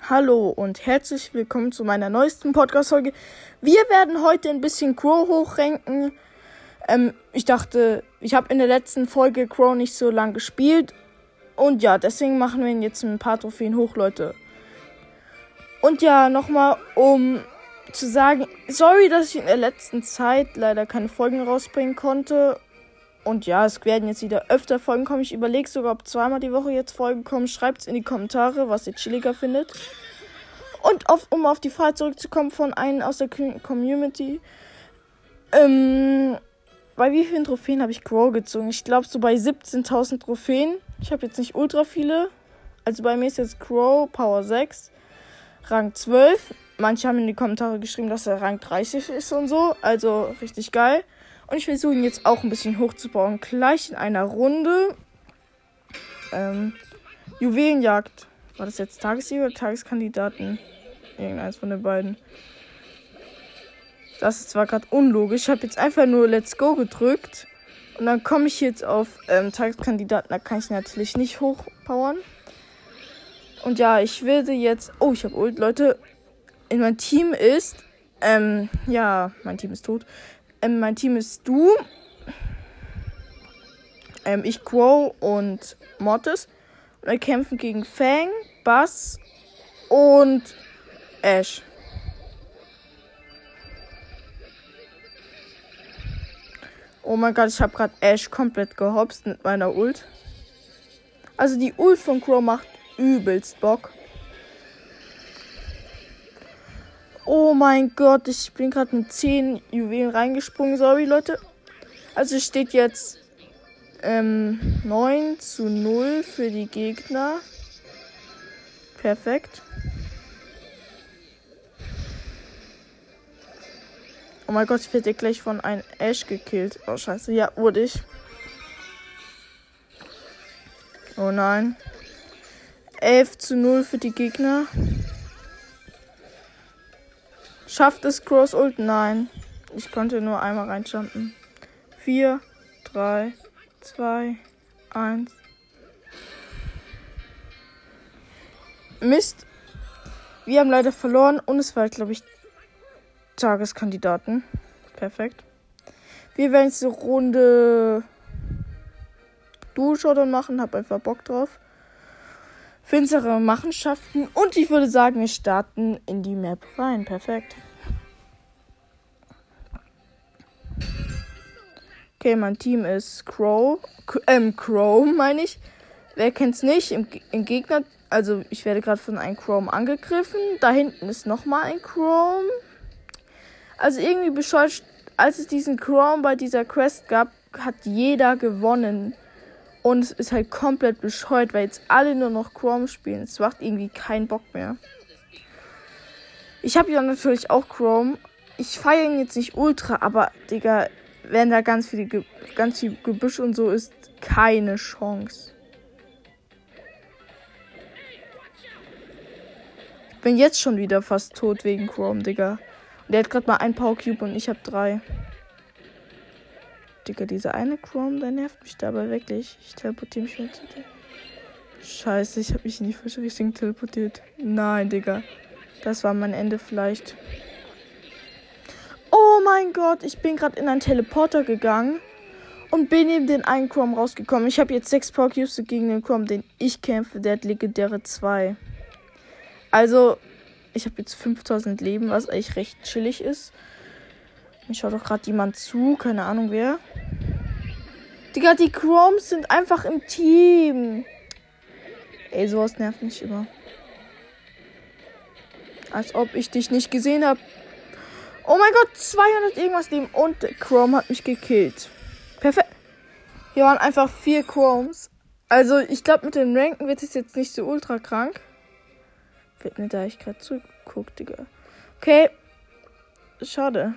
Hallo und herzlich willkommen zu meiner neuesten Podcast-Folge. Wir werden heute ein bisschen Crow hochranken. Ich dachte, ich habe in der letzten Folge Crow nicht so lang gespielt. Und ja, deswegen machen wir ihn jetzt ein paar Trophäen hoch, Leute. Und ja, nochmal, um zu sagen, sorry, dass ich in der letzten Zeit leider keine Folgen rausbringen konnte. Und ja, es werden jetzt wieder öfter Folgen kommen. Ich überlege sogar, ob zweimal die Woche jetzt Folgen kommen. Schreibt es in die Kommentare, was ihr chilliger findet. Und um auf die Frage zurückzukommen von einem aus der Community. Bei wie vielen Trophäen habe ich Crow gezogen? Ich glaube so bei 17.000 Trophäen. Ich habe jetzt nicht ultra viele. Also bei mir ist jetzt Crow Power 6, Rang 12. Manche haben in die Kommentare geschrieben, dass er Rang 30 ist und so. Also richtig geil. Und ich versuche ihn jetzt auch ein bisschen hochzubauen. Gleich in einer Runde. Juwelenjagd. War das jetzt Tagessieger oder Tageskandidaten? Irgendeins von den beiden. Das ist zwar gerade unlogisch. Ich habe jetzt einfach nur Let's Go gedrückt. Und dann komme ich jetzt auf Tageskandidaten. Da kann ich natürlich nicht hochpowern. Und ja, ich werde jetzt... Oh, ich habe Ult, Leute. In mein Team ist... ja, mein Team ist tot. Mein Team ist Du. Ich, Crow und Mortis. Und wir kämpfen gegen Fang, Bass und Ash. Oh mein Gott, ich habe gerade Ash komplett gehopst mit meiner Ult. Also die Ult von Crow macht übelst Bock. Oh mein Gott, ich bin gerade mit 10 Juwelen reingesprungen. Sorry, Leute. Also es steht jetzt 9-0 für die Gegner. Perfekt. Oh mein Gott, ich werde gleich von einem Ash gekillt. Oh scheiße, ja, wurde ich. Oh nein. 11-0 für die Gegner. Schafft es Crows Ult? Nein. Ich konnte nur einmal reinjumpen. 4, 3, 2, 1. Mist. Wir haben leider verloren und es war, glaube ich, Tageskandidaten. Perfekt. Wir werden jetzt eine Runde Duo-Showdown machen. Hab einfach Bock drauf. Finstere Machenschaften. Und ich würde sagen, wir starten in die Map rein. Perfekt. Okay, mein Team ist Crow. Crow meine ich. Wer kennt's nicht? Im Gegner. Also, ich werde gerade von einem Crow angegriffen. Da hinten ist nochmal ein Crow. Also, irgendwie bescheuert. Als es diesen Crow bei dieser Quest gab, hat jeder gewonnen. Und es ist halt komplett bescheuert, weil jetzt alle nur noch Chrome spielen. Es macht irgendwie keinen Bock mehr. Ich habe ja natürlich auch Chrome. Ich feiere ihn jetzt nicht ultra, aber, Digga, wenn da ganz viel Gebüsch und so ist, keine Chance. Ich bin jetzt schon wieder fast tot wegen Chrome, Digga. Und der hat gerade mal ein Power Cube und ich habe 3. Digga, dieser eine Chrome, der nervt mich dabei wirklich. Ich teleportiere mich schon zu dir. Scheiße, ich habe mich in die falsche Richtung teleportiert. Nein, Digga. Das war mein Ende vielleicht. Oh mein Gott, ich bin gerade in einen Teleporter gegangen und bin neben den einen Chrome rausgekommen. Ich habe jetzt 6 Power Cubes gegen den Chrome, den ich kämpfe. Der hat legendäre 2. Also, ich habe jetzt 5000 Leben, was eigentlich recht chillig ist. Mir schaut doch gerade jemand zu, keine Ahnung wer. Digga, die Chromes sind einfach im Team. Ey, sowas nervt mich immer. Als ob ich dich nicht gesehen habe. Oh mein Gott, 200 irgendwas Leben und Chrome hat mich gekillt. Perfekt. Hier waren einfach 4 Chromes. Also, ich glaube, mit den Ranken wird es jetzt nicht so ultra krank. Wird mir da ich gerade zuguckt, Digga. Okay. Schade.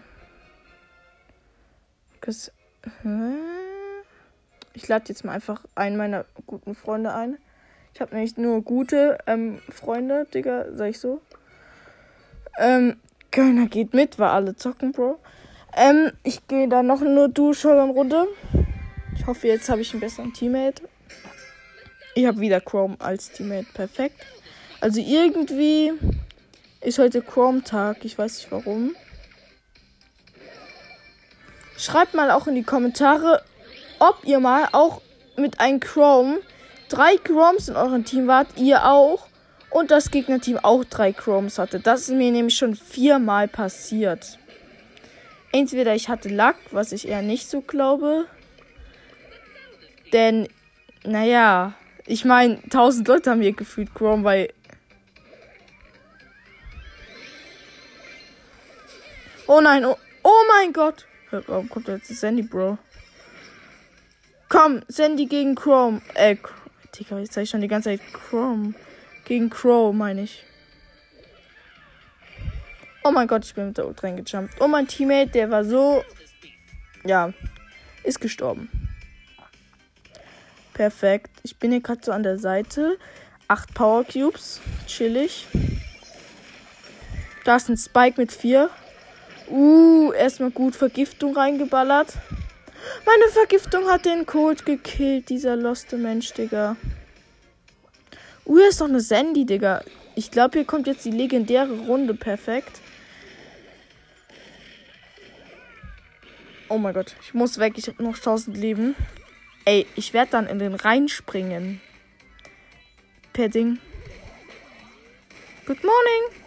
Ich lade jetzt mal einfach einen meiner guten Freunde ein. Ich habe nämlich nur gute Freunde, Digga, sag ich so. Keiner geht mit, weil alle zocken, Bro. Ich gehe da noch nur Duo-Showdown-Runde. Ich hoffe, jetzt habe ich einen besseren Teammate. Ich habe wieder Chrome als Teammate. Perfekt. Also irgendwie ist heute Chrome-Tag. Ich weiß nicht warum. Schreibt mal auch in die Kommentare, ob ihr mal auch mit einem Chrome 3 Chromes in eurem Team wart. Ihr auch. Und das Gegnerteam auch 3 Chromes hatte. Das ist mir nämlich schon 4-mal passiert. Entweder ich hatte Luck, was ich eher nicht so glaube. Denn, naja, ich meine, 1000 Leute haben hier gefühlt Chrome, weil... Oh nein, oh mein Gott. Warum kommt jetzt Sandy, Bro? Komm, Sandy gegen Chrome. Digga, jetzt sag ich schon die ganze Zeit Chrome. Gegen Crow, meine ich. Oh mein Gott, ich bin mit der Ult reingejumpt. Und mein Teammate, der war so... Ja, ist gestorben. Perfekt. Ich bin hier gerade so an der Seite. 8 Power Cubes. Chillig. Da ist ein Spike mit 4. Erstmal gut Vergiftung reingeballert. Meine Vergiftung hat den Cold gekillt, dieser loste Mensch, Digga. Hier ist doch eine Sandy, Digga. Ich glaube, hier kommt jetzt die legendäre Runde. Perfekt. Oh mein Gott, ich muss weg. Ich habe noch 1000 Leben. Ey, ich werde dann in den Rhein springen. Per Ding. Good morning.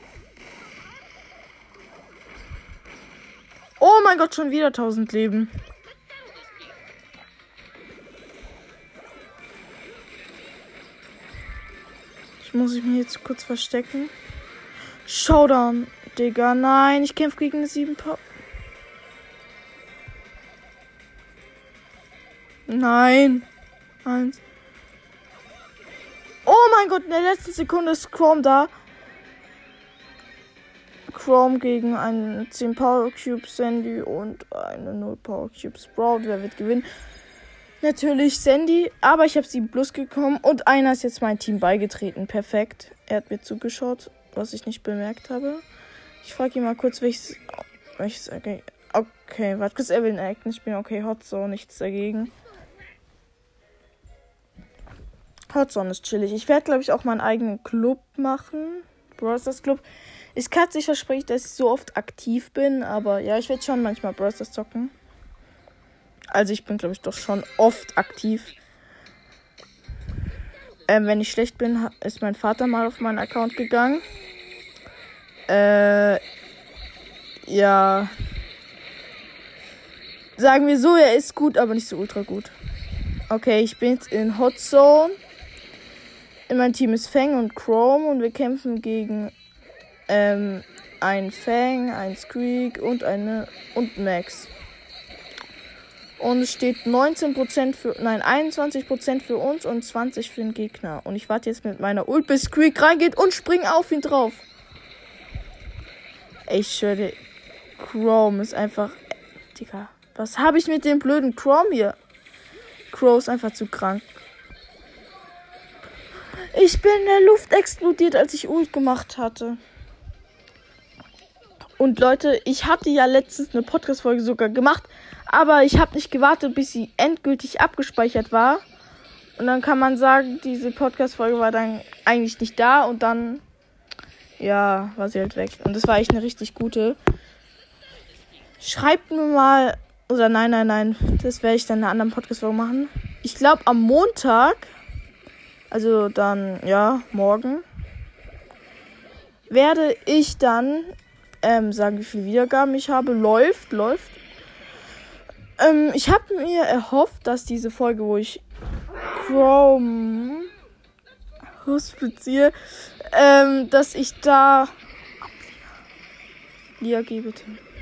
Oh mein Gott, schon wieder 1000 Leben. Muss ich mich jetzt kurz verstecken? Showdown, Digga. Nein, ich kämpfe gegen eine 7 Power. Nein. 1. Oh mein Gott, in der letzten Sekunde ist Chrome da. Chrome gegen einen 10 Power Cube Sandy und eine 0 Power Cube Sprout. Wer wird gewinnen? Natürlich Sandy, aber ich habe 7 plus gekommen und einer ist jetzt mein Team beigetreten. Perfekt. Er hat mir zugeschaut, was ich nicht bemerkt habe. Ich frage ihn mal kurz, welches okay, warte kurz, er will ein Act. Ich bin okay, Hotzone, nichts dagegen. Hotzone ist chillig. Ich werde, glaube ich, auch meinen eigenen Club machen. Brawl Stars Club. Ich kann nicht versprechen, dass ich so oft aktiv bin, aber ja, ich werde schon manchmal Brawl Stars zocken. Also ich bin, glaube ich, doch schon oft aktiv. Wenn ich schlecht bin, ist mein Vater mal auf meinen Account gegangen. Ja. Sagen wir so, er ist gut, aber nicht so ultra gut. Okay, ich bin jetzt in Hot Zone. In meinem Team ist Fang und Chrome und wir kämpfen gegen einen Fang, einen Squeak und Max. Und es steht 21% für uns und 20% für den Gegner. Und ich warte jetzt mit meiner Ult, bis Squeak reingeht und spring auf ihn drauf. Ey, ich schwöre, Chrome ist einfach... Digga, was habe ich mit dem blöden Chrome hier? Crow ist einfach zu krank. Ich bin in der Luft explodiert, als ich Ult gemacht hatte. Und Leute, ich hatte ja letztens eine Podcast-Folge sogar gemacht, aber ich habe nicht gewartet, bis sie endgültig abgespeichert war. Und dann kann man sagen, diese Podcast-Folge war dann eigentlich nicht da und dann, ja, war sie halt weg. Und das war echt eine richtig gute. Schreibt mir mal, oder nein, das werde ich dann in einer anderen Podcast-Folge machen. Ich glaube am Montag, also dann, ja, morgen, werde ich dann sagen, wie viele Wiedergaben ich habe. Läuft. Ich habe mir erhofft, dass diese Folge, wo ich Chrome hospitiere, dass ich da... Lia, geh bitte.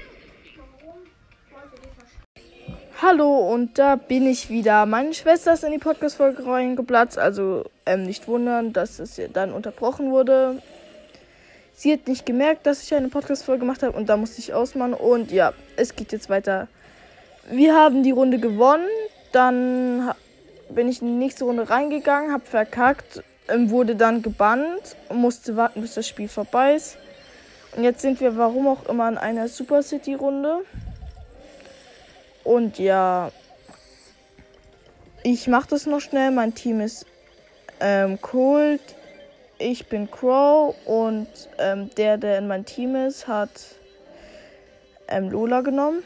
Hallo, und da bin ich wieder. Meine Schwester ist in die Podcast-Folge reingeplatzt, also nicht wundern, dass es dann unterbrochen wurde. Sie hat nicht gemerkt, dass ich eine Podcast-Folge gemacht habe und da musste ich ausmachen. Und ja, es geht jetzt weiter. Wir haben die Runde gewonnen. Dann bin ich in die nächste Runde reingegangen, habe verkackt, wurde dann gebannt und musste warten, bis das Spiel vorbei ist. Und jetzt sind wir, warum auch immer, in einer Super City-Runde. Und ja, ich mache das noch schnell. Mein Team ist Cold, ich bin Crow und der in meinem Team ist, hat Lola genommen.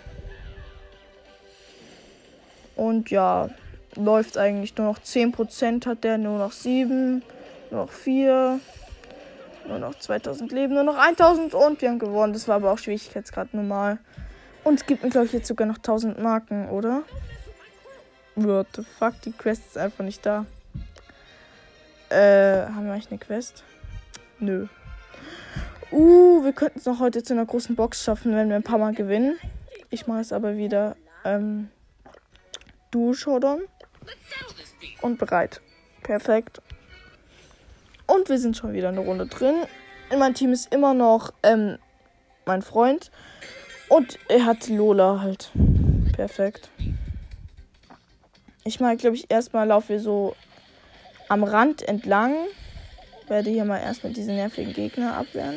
Und ja, läuft eigentlich nur noch 10%, hat der nur noch 7, nur noch 4, nur noch 2000 Leben, nur noch 1000 und wir haben gewonnen. Das war aber auch Schwierigkeitsgrad normal. Und es gibt mir, glaube ich, jetzt sogar noch 1000 Marken, oder? What the fuck, die Quest ist einfach nicht da. Haben wir eigentlich eine Quest? Nö. Wir könnten es noch heute zu einer großen Box schaffen, wenn wir ein paar Mal gewinnen. Ich mache es aber wieder Duo-Showdown. Und bereit. Perfekt. Und wir sind schon wieder eine Runde drin. In meinem Team ist immer noch mein Freund. Und er hat Lola halt. Perfekt. Ich mache, glaube ich, erstmal laufen wir so am Rand entlang. Werde hier mal erstmal diese nervigen Gegner abwehren.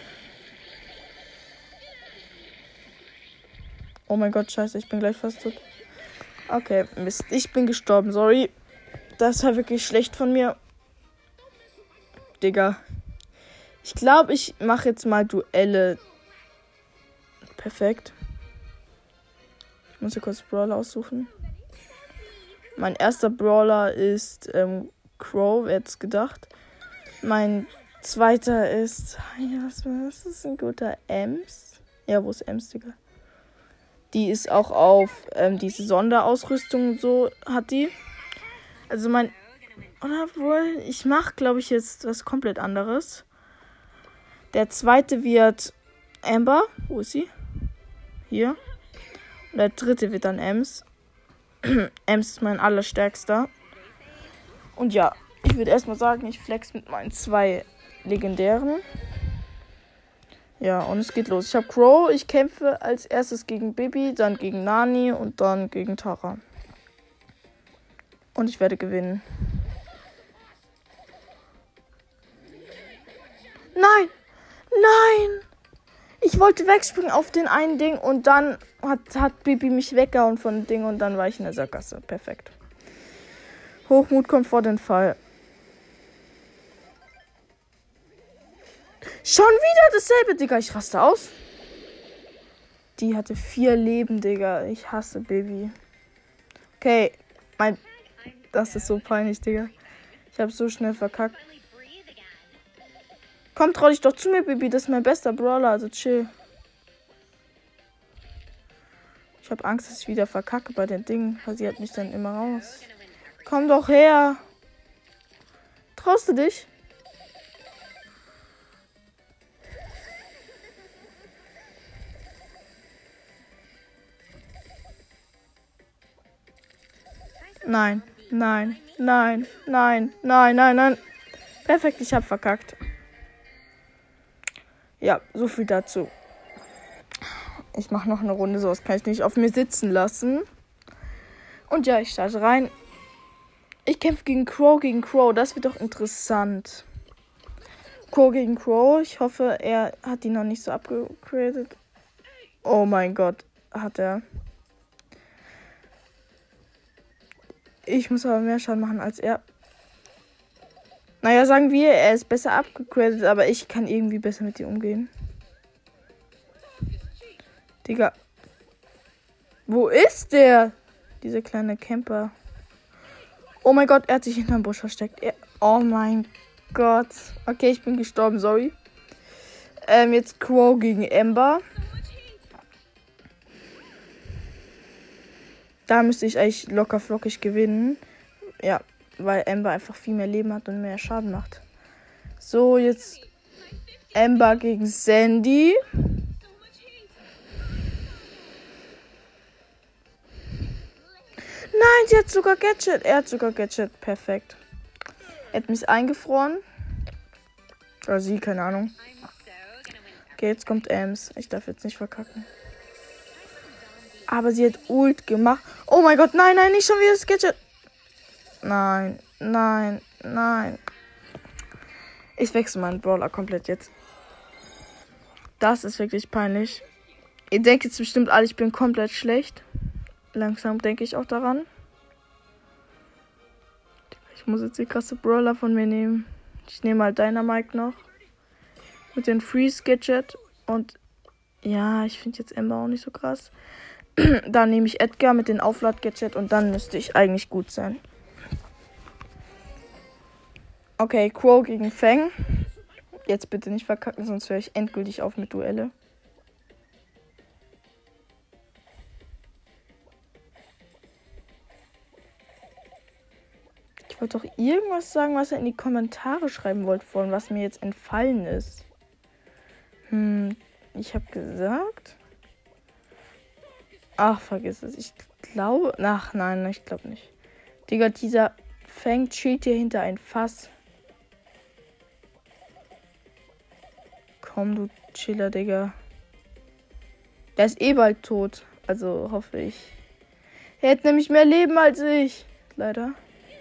Oh mein Gott, scheiße, ich bin gleich fast tot. Okay, Mist, ich bin gestorben, sorry. Das war wirklich schlecht von mir. Digga. Ich glaube, ich mache jetzt mal Duelle. Perfekt. Ich muss hier kurz Brawler aussuchen. Mein erster Brawler ist Crow, wer hätte es gedacht. Mein zweiter ist... Ja, was ist ein guter? Ems? Ja, wo ist Ems, Digga? Die ist auch auf diese Sonderausrüstung so, hat die. Also oder wohl, ich mache, glaube ich, jetzt was komplett anderes. Der zweite wird Amber. Wo ist sie? Hier. Und der dritte wird dann Ems. Ems ist mein allerstärkster. Und ja, ich würde erstmal sagen, ich flex mit meinen 2 legendären. Ja, und es geht los. Ich habe Crow. Ich kämpfe als erstes gegen Bibi, dann gegen Nani und dann gegen Tara. Und ich werde gewinnen. Nein! Nein! Ich wollte wegspringen auf den einen Ding und dann hat Bibi mich weggehauen von dem Ding und dann war ich in der Sackgasse. Perfekt. Hochmut kommt vor den Fall. Schon wieder dasselbe, Digga. Ich raste aus. Die hatte 4 Leben, Digga. Ich hasse Bibi. Okay. Das ist so peinlich, Digga. Ich habe so schnell verkackt. Komm, trau dich doch zu mir, Bibi. Das ist mein bester Brawler, also chill. Ich habe Angst, dass ich wieder verkacke bei den Dingen, weil sie hat mich dann immer raus. Komm doch her. Traust du dich? Nein, nein, nein, nein, nein, nein, nein. Perfekt, ich habe verkackt. Ja, so viel dazu. Ich mache noch eine Runde, sowas kann ich nicht auf mir sitzen lassen. Und ja, ich starte rein. Ich kämpfe gegen Crow. Das wird doch interessant. Crow gegen Crow. Ich hoffe, er hat die noch nicht so abgegradet. Oh mein Gott, hat er. Ich muss aber mehr Schaden machen als er. Naja, sagen wir, er ist besser abgegradet, aber ich kann irgendwie besser mit ihm umgehen. Digga. Wo ist der? Dieser kleine Camper. Oh mein Gott, er hat sich hinterm Busch versteckt. Oh mein Gott. Okay, ich bin gestorben, sorry. Jetzt Crow gegen Amber. Da müsste ich eigentlich locker flockig gewinnen. Ja, weil Amber einfach viel mehr Leben hat und mehr Schaden macht. So, jetzt Amber gegen Sandy. Nein, sie hat sogar Gadget. Er hat sogar Gadget. Perfekt. Er hat mich eingefroren. Oder sie, keine Ahnung. Okay, jetzt kommt Ems. Ich darf jetzt nicht verkacken. Aber sie hat Ult gemacht. Oh mein Gott, nein, nein, nicht schon wieder das Gadget. Nein, nein, nein. Ich wechsle meinen Brawler komplett jetzt. Das ist wirklich peinlich. Ihr denkt jetzt bestimmt alle, ich bin komplett schlecht. Langsam denke ich auch daran. Ich muss jetzt die krasse Brawler von mir nehmen. Ich nehme mal Dynamite noch. Mit dem Freeze-Gadget. Und ja, ich finde jetzt Ember auch nicht so krass. Dann nehme ich Edgar mit dem Auflad-Gadget und dann müsste ich eigentlich gut sein. Okay, Crow gegen Fang. Jetzt bitte nicht verkacken, sonst höre ich endgültig auf mit Duelle. Ich wollte doch irgendwas sagen, was ihr in die Kommentare schreiben wollt, von was mir jetzt entfallen ist. Ich habe gesagt... Ach, vergiss es. Ich glaube... Ach, nein, ich glaube nicht. Digga, dieser Fang chillt hier hinter ein Fass. Komm, du Chiller, Digga. Der ist eh bald tot. Also, hoffe ich. Er hat nämlich mehr Leben als ich. Leider.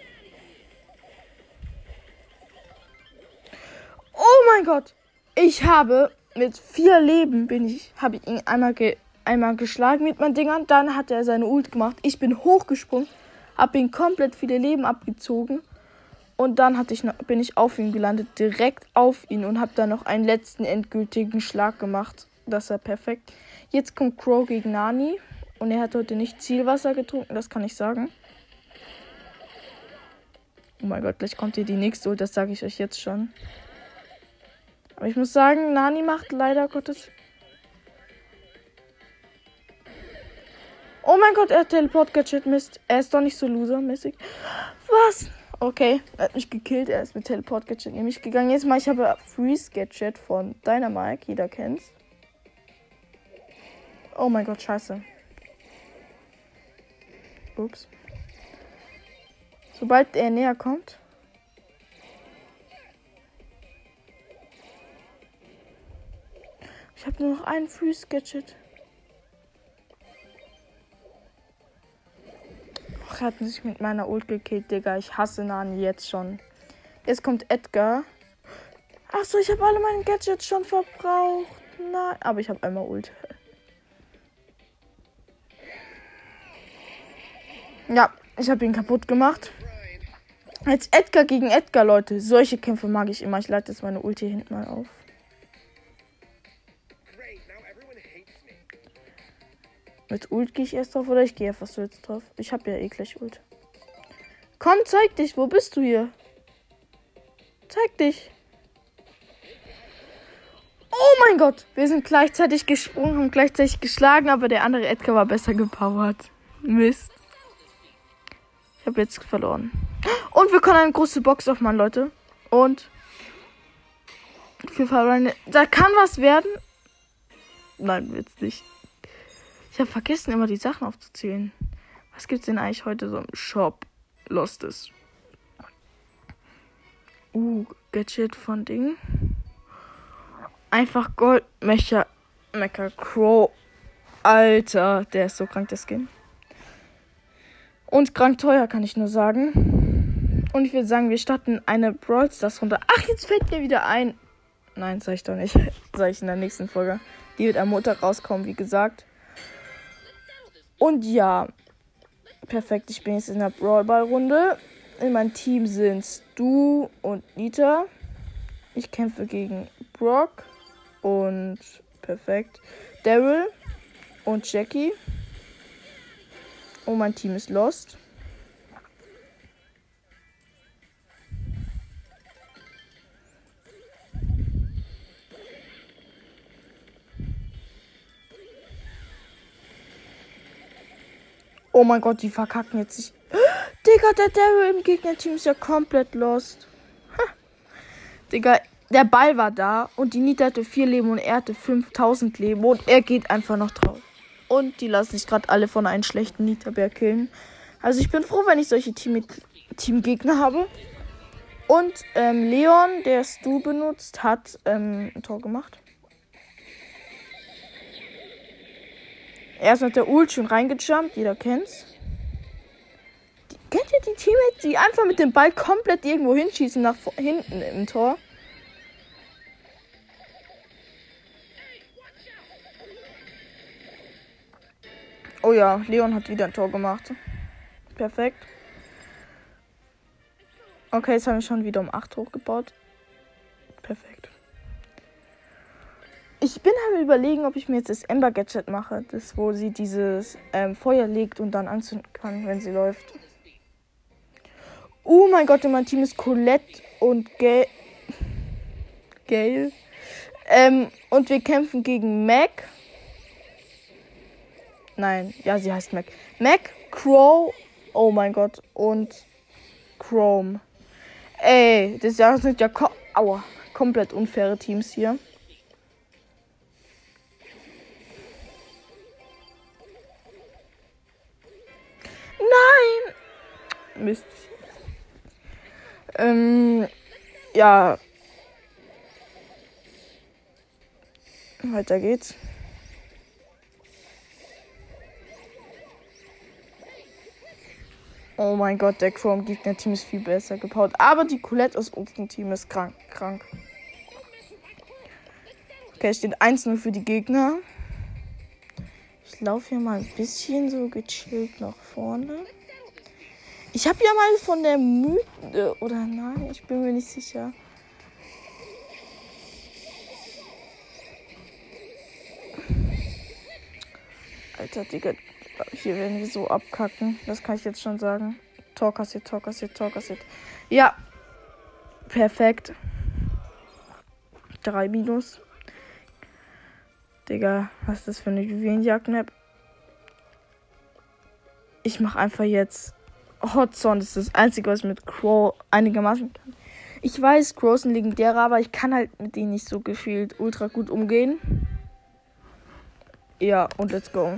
Oh mein Gott. Ich habe mit 4 Leben habe ich ihn einmal geschlagen mit meinen Dingern. Dann hat er seine Ult gemacht. Ich bin hochgesprungen. Habe ihn komplett viele Leben abgezogen. Und dann bin ich auf ihn gelandet. Direkt auf ihn. Und habe dann noch einen letzten endgültigen Schlag gemacht. Das war perfekt. Jetzt kommt Crow gegen Nani. Und er hat heute nicht Zielwasser getrunken. Das kann ich sagen. Oh mein Gott, gleich kommt hier die nächste Ult. Das sage ich euch jetzt schon. Aber ich muss sagen, Nani macht leider Gottes... Oh mein Gott, er hat Teleport-Gadget. Mist. Er ist doch nicht so losermäßig. Was? Okay, er hat mich gekillt. Er ist mit Teleport-Gadget nämlich gegangen. Jetzt mal, ich habe Freeze-Gadget von Dynamite. Jeder kennt's. Oh mein Gott, scheiße. Ups. Sobald er näher kommt... Ich habe nur noch einen Freeze-Gadget. Ach, er hat sich mit meiner Ult gekillt, Digga. Ich hasse Nani jetzt schon. Jetzt kommt Edgar. Achso, ich habe alle meine Gadgets schon verbraucht. Nein, aber ich habe einmal Ult. Ja, ich habe ihn kaputt gemacht. Jetzt Edgar gegen Edgar, Leute. Solche Kämpfe mag ich immer. Ich leite jetzt meine Ult hier hinten mal auf. Mit Ult gehe ich erst drauf oder ich gehe einfach so jetzt drauf? Ich habe ja eh gleich Ult. Komm, zeig dich. Wo bist du hier? Zeig dich. Oh mein Gott. Wir sind gleichzeitig gesprungen, haben gleichzeitig geschlagen, aber der andere Edgar war besser gepowert. Mist. Ich habe jetzt verloren. Und wir können eine große Box aufmachen, Leute. Und für Verbleibende. Da kann was werden. Nein, wird's nicht. Ich habe vergessen, immer die Sachen aufzuzählen. Was gibt's denn eigentlich heute so im Shop? Lostes. Gadget von Ding. Einfach Gold. Mecha Crow. Alter, der ist so krank, der Skin. Und krank teuer, kann ich nur sagen. Und ich würde sagen, wir starten eine Brawl Stars runter. Ach, jetzt fällt mir wieder ein. Nein, sag ich doch nicht. Sag ich in der nächsten Folge. Die wird am Montag rauskommen, wie gesagt. Und ja, perfekt, ich bin jetzt in der Brawl-Ball-Runde. In meinem Team sind Stu und Nita. Ich kämpfe gegen Brock und perfekt Daryl und Jackie. Und mein Team ist Lost. Oh mein Gott, die verkacken jetzt nicht. Digga, der Daryl im Gegnerteam ist ja komplett lost. Digga, der Ball war da und die Nita hatte 4 Leben und er hatte 5000 Leben und er geht einfach noch drauf. Und die lassen sich gerade alle von einem schlechten Nita-Bär killen. Also ich bin froh, wenn ich solche Teamgegner habe. Und Leon, der Stu benutzt, hat ein Tor gemacht. Er ist mit der Ult schon reingejumpt, jeder kennt's. Kennt ihr die Teammates, die einfach mit dem Ball komplett irgendwo hinschießen, nach hinten im Tor? Oh ja, Leon hat wieder ein Tor gemacht. Perfekt. Okay, jetzt haben wir schon wieder um 8 hochgebaut. Ich bin halt überlegen, ob ich mir jetzt das Ember Gadget mache. Das, wo sie dieses Feuer legt und dann anzünden kann, wenn sie läuft. Oh mein Gott, in meinem Team ist Colette und Gale. Und wir kämpfen gegen Mac. Nein, ja, sie heißt Mac. Mac, Crow, oh mein Gott, und Chrome. Ey, das sind ja komplett unfaire Teams hier. Nein! Mist. Ja. Weiter geht's. Oh mein Gott, der Chrome-Gegner-Team ist viel besser gebaut. Aber die Colette aus unserem Team ist krank. Okay, es steht 1-0 für die Gegner. Ich laufe hier mal ein bisschen so gechillt nach vorne. Ich habe ja mal von der Mythe, oder nein, ich bin mir nicht sicher. Alter, Digga, hier werden wir so abkacken. Das kann ich jetzt schon sagen. Tor kassiert. Ja, perfekt. 3 Minus. Digga, was ist das für eine Juwelenjagd-Map? Ich mache einfach jetzt Hot Zone. Das ist das Einzige, was ich mit Crow einigermaßen kann. Ich weiß, Crow ist ein legendärer, aber ich kann halt mit denen nicht so gefühlt ultra gut umgehen. Ja, und let's go.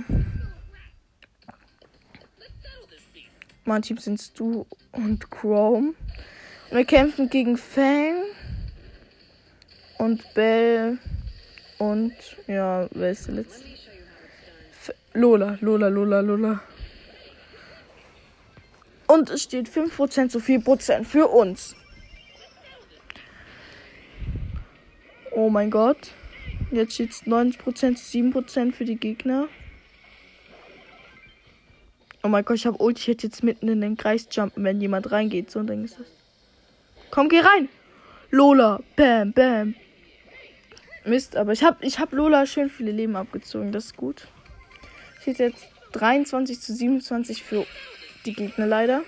Mein Team sind Stu und Chrome. Und wir kämpfen gegen Fang und Bell und, ja, wer ist der letzte? Lola. Und es steht 5% zu 4% für uns. Oh mein Gott. Jetzt steht es 90% zu 7% für die Gegner. Oh mein Gott, ich habe Ult. Ich hätte jetzt mitten in den Kreis jumpen, wenn jemand reingeht. So, dann ist das. Komm, geh rein. Lola. Bam. Mist, aber ich hab Lola schön viele Leben abgezogen. Das ist gut. Steht jetzt 23 zu 27 für die Gegner leider.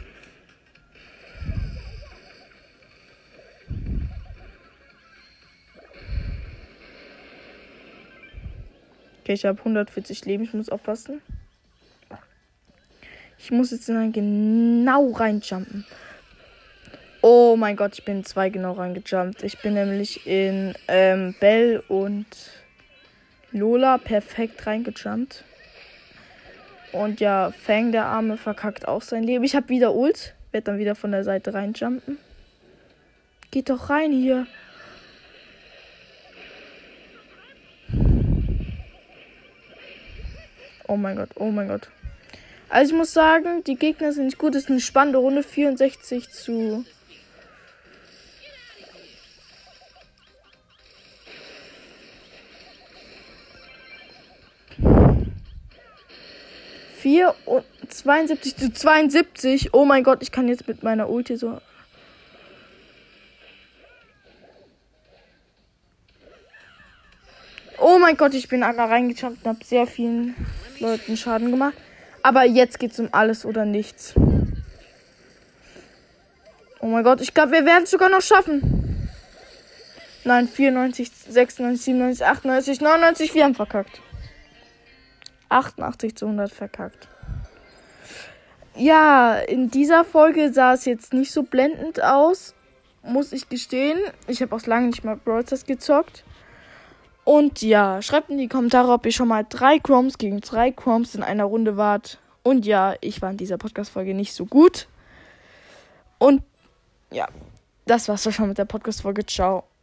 Okay, ich habe 140 Leben. Ich muss aufpassen. Ich muss jetzt genau reinjumpen. Oh mein Gott, ich bin in 2 genau reingejumpt. Ich bin nämlich in Bell und Lola perfekt reingejumpt. Und ja, Fang, der Arme, verkackt auch sein Leben. Ich habe wieder Ult. Werd dann wieder von der Seite reinjumpen. Geht doch rein hier. Oh mein Gott. Also ich muss sagen, die Gegner sind nicht gut. Es ist eine spannende Runde. 64 zu 72 zu 72. Oh mein Gott, ich kann jetzt mit meiner Ulti so... Oh mein Gott, ich bin einmal reingejumpt und habe sehr vielen Leuten Schaden gemacht. Aber jetzt geht's um alles oder nichts. Oh mein Gott, ich glaube, wir werden es sogar noch schaffen. Nein, 94, 96, 97, 98, 99, wir haben verkackt. 88 zu 100 verkackt. Ja, in dieser Folge sah es jetzt nicht so blendend aus, muss ich gestehen. Ich habe auch lange nicht mal Brawl Stars gezockt. Und ja, schreibt in die Kommentare, ob ihr schon mal 3 Chromes gegen 3 Chromes in einer Runde wart. Und ja, ich war in dieser Podcast-Folge nicht so gut. Und ja, das war's schon mit der Podcast-Folge. Ciao.